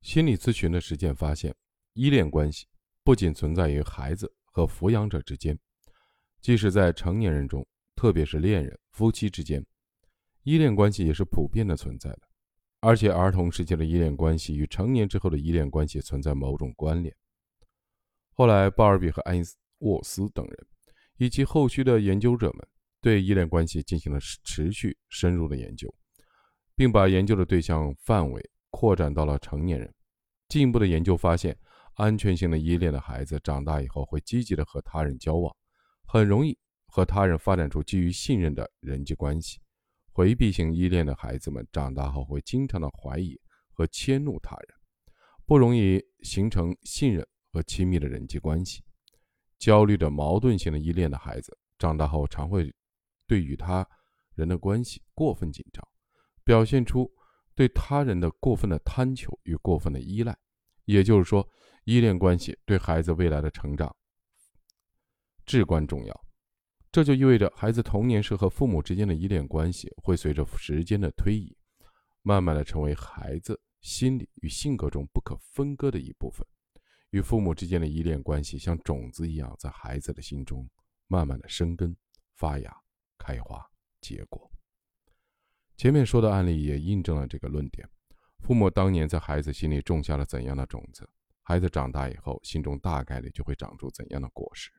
心理咨询的实践发现，依恋关系不仅存在于孩子和抚养者之间，即使在成年人中，特别是恋人、夫妻之间，依恋关系也是普遍的存在的。而且，儿童时期的依恋关系与成年之后的依恋关系存在某种关联。后来，鲍尔比和爱因沃斯等人以及后续的研究者们对依恋关系进行了持续深入的研究，并把研究的对象范围扩展到了成年人。进一步的研究发现，安全性的依恋的孩子长大以后会积极的和他人交往，很容易和他人发展出基于信任的人际关系。回避型依恋的孩子们长大后会经常的怀疑和迁怒他人，不容易形成信任和亲密的人际关系。焦虑的矛盾性的依恋的孩子长大后常会对与他人的关系过分紧张，表现出对他人的过分的贪求与过分的依赖。也就是说，依恋关系对孩子未来的成长至关重要。这就意味着孩子童年时和父母之间的依恋关系会随着时间的推移，慢慢的成为孩子心理与性格中不可分割的一部分。与父母之间的依恋关系像种子一样在孩子的心中慢慢的生根、发芽、开花、结果。前面说的案例也印证了这个论点。父母当年在孩子心里种下了怎样的种子，孩子长大以后心中大概率就会长出怎样的果实。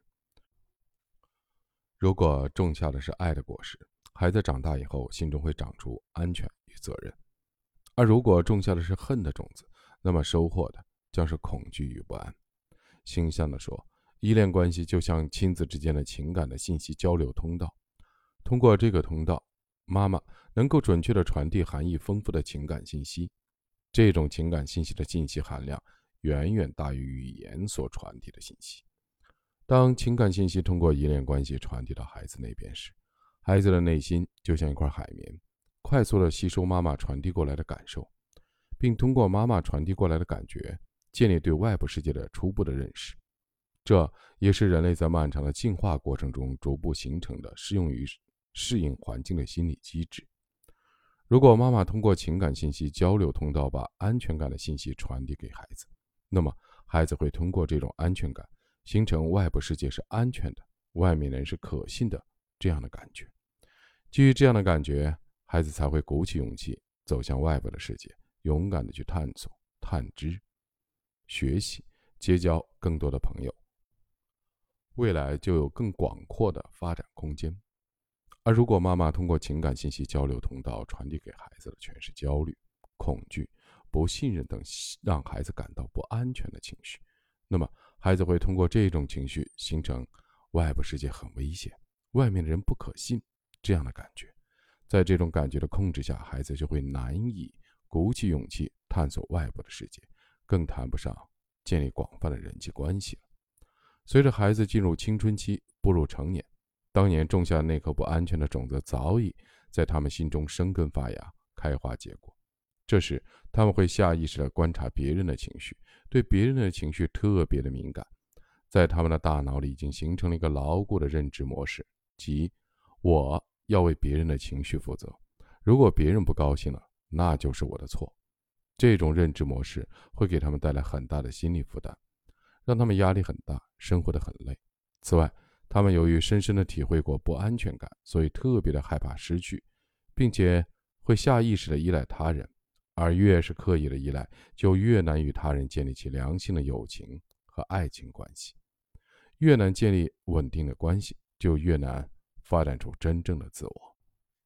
如果种下的是爱的果实，孩子长大以后心中会长出安全与责任；而如果种下的是恨的种子，那么收获的将是恐惧与不安。形象地说，依恋关系就像亲子之间的情感的信息交流通道。通过这个通道，妈妈能够准确地传递含义丰富的情感信息。这种情感信息的信息含量远远大于语言所传递的信息。当情感信息通过依恋关系传递到孩子那边时，孩子的内心就像一块海绵，快速地吸收妈妈传递过来的感受，并通过妈妈传递过来的感觉建立对外部世界的初步的认识。这也是人类在漫长的进化过程中逐步形成的适用于适应环境的心理机制。如果妈妈通过情感信息交流通道把安全感的信息传递给孩子，那么孩子会通过这种安全感形成外部世界是安全的，外面人是可信的这样的感觉。基于这样的感觉，孩子才会鼓起勇气走向外部的世界，勇敢地去探索、探知、学习，结交更多的朋友，未来就有更广阔的发展空间。而如果妈妈通过情感信息交流通道传递给孩子的全是焦虑、恐惧、不信任等让孩子感到不安全的情绪，那么孩子会通过这种情绪形成外部世界很危险，外面的人不可信这样的感觉。在这种感觉的控制下，孩子就会难以鼓起勇气探索外部的世界，更谈不上建立广泛的人际关系了。随着孩子进入青春期，步入成年，当年种下那颗不安全的种子早已在他们心中生根发芽、开花结果。这时他们会下意识地观察别人的情绪，对别人的情绪特别的敏感。在他们的大脑里已经形成了一个牢固的认知模式，即我要为别人的情绪负责，如果别人不高兴了，那就是我的错。这种认知模式会给他们带来很大的心理负担，让他们压力很大，生活得很累。此外，他们由于深深地体会过不安全感，所以特别的害怕失去，并且会下意识地依赖他人，而越是刻意的依赖，就越难与他人建立起良性的友情和爱情关系。越难建立稳定的关系，就越难发展出真正的自我。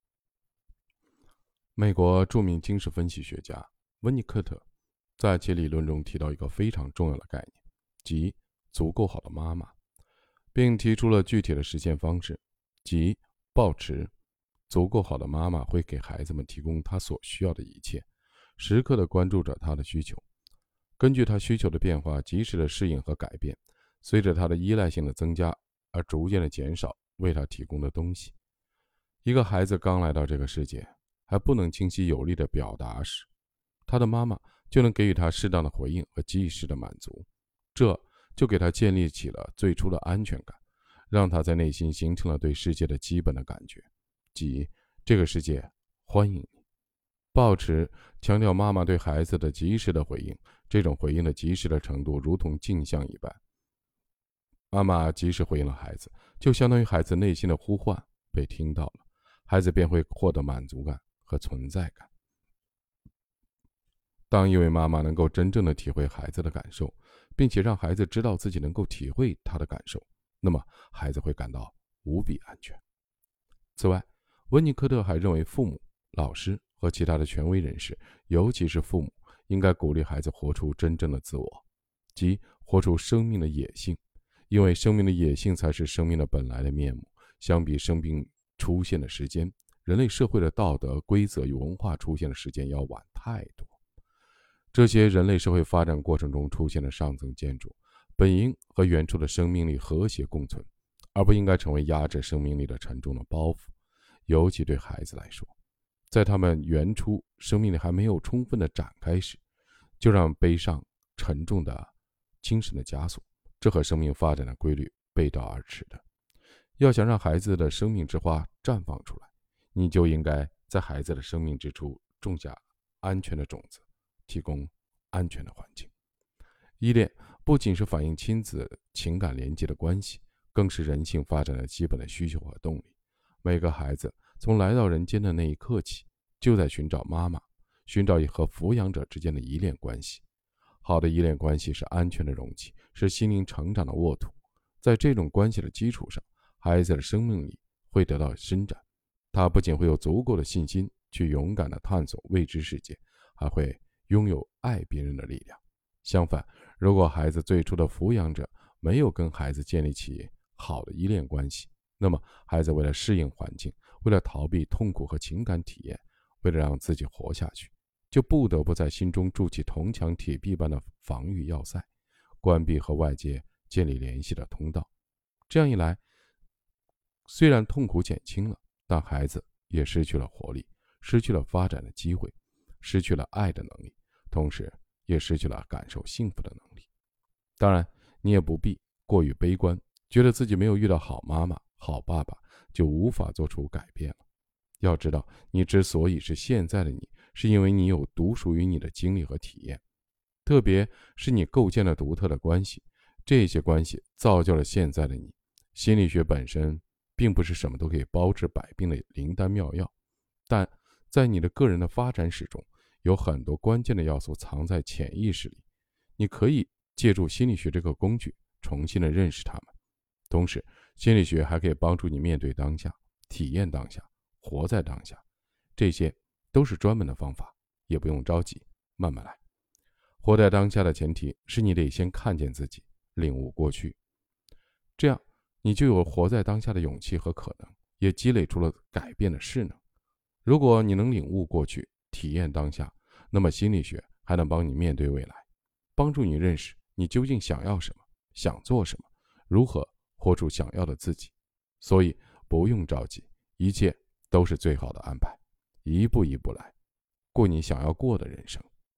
美国著名精神分析学家温尼科特在其理论中提到一个非常重要的概念，即足够好的妈妈，并提出了具体的实现方式，即保持足够好的妈妈会给孩子们提供他所需要的一切，时刻地关注着他的需求，根据他需求的变化及时的适应和改变，随着他的依赖性的增加而逐渐的减少为他提供的东西。一个孩子刚来到这个世界，还不能清晰有力的表达时，他的妈妈就能给予他适当的回应和及时的满足，这就给他建立起了最初的安全感，让他在内心形成了对世界的基本的感觉，即这个世界欢迎你， 抱持强调妈妈对孩子的及时的回应，这种回应的及时的程度如同镜像一般。妈妈及时回应了孩子，就相当于孩子内心的呼唤被听到了，孩子便会获得满足感和存在感。当一位妈妈能够真正的体会孩子的感受，并且让孩子知道自己能够体会他的感受，那么孩子会感到无比安全。此外，温尼科特还认为，父母、老师和其他的权威人士，尤其是父母，应该鼓励孩子活出真正的自我，即活出生命的野性，因为生命的野性才是生命的本来的面目。相比生命出现的时间，人类社会的道德规则与文化出现的时间要晚太多。这些人类社会发展过程中出现的上层建筑，本应和原初的生命力和谐共存，而不应该成为压制生命力的沉重的包袱。尤其对孩子来说，在他们原初生命力还没有充分的展开时，就让背上沉重的精神的枷锁，这和生命发展的规律背道而驰的。要想让孩子的生命之花绽放出来，你就应该在孩子的生命之初种下安全的种子，提供安全的环境。依恋不仅是反映亲子情感连接的关系，更是人性发展的基本的需求和动力。每个孩子从来到人间的那一刻起，就在寻找妈妈，寻找和抚养者之间的依恋关系。好的依恋关系是安全的容器，是心灵成长的沃土。在这种关系的基础上，孩子的生命力会得到伸展，他不仅会有足够的信心去勇敢地探索未知世界，还会拥有爱别人的力量。相反，如果孩子最初的抚养者没有跟孩子建立起好的依恋关系，那么孩子为了适应环境，为了逃避痛苦和情感体验，为了让自己活下去，就不得不在心中筑起铜墙铁壁般的防御要塞，关闭和外界建立联系的通道。这样一来，虽然痛苦减轻了，但孩子也失去了活力，失去了发展的机会，失去了爱的能力，同时也失去了感受幸福的能力。当然，你也不必过于悲观，觉得自己没有遇到好妈妈、好爸爸就无法做出改变了。要知道，你之所以是现在的你，是因为你有独属于你的经历和体验，特别是你构建了独特的关系，这些关系造就了现在的你。心理学本身并不是什么都可以包治百病的灵丹妙药，但在你的个人的发展史中，有很多关键的要素藏在潜意识里。你可以借助心理学这个工具重新的认识它们。同时，心理学还可以帮助你面对当下，体验当下，活在当下。这些都是专门的方法，也不用着急，慢慢来。活在当下的前提是你得先看见自己，领悟过去，这样你就有活在当下的勇气和可能，也积累出了改变的势能。如果你能领悟过去，体验当下，那么心理学还能帮你面对未来，帮助你认识你究竟想要什么，想做什么，如何活出想要的自己。所以不用着急，一切都是最好的安排，一步一步来，过你想要过的人生。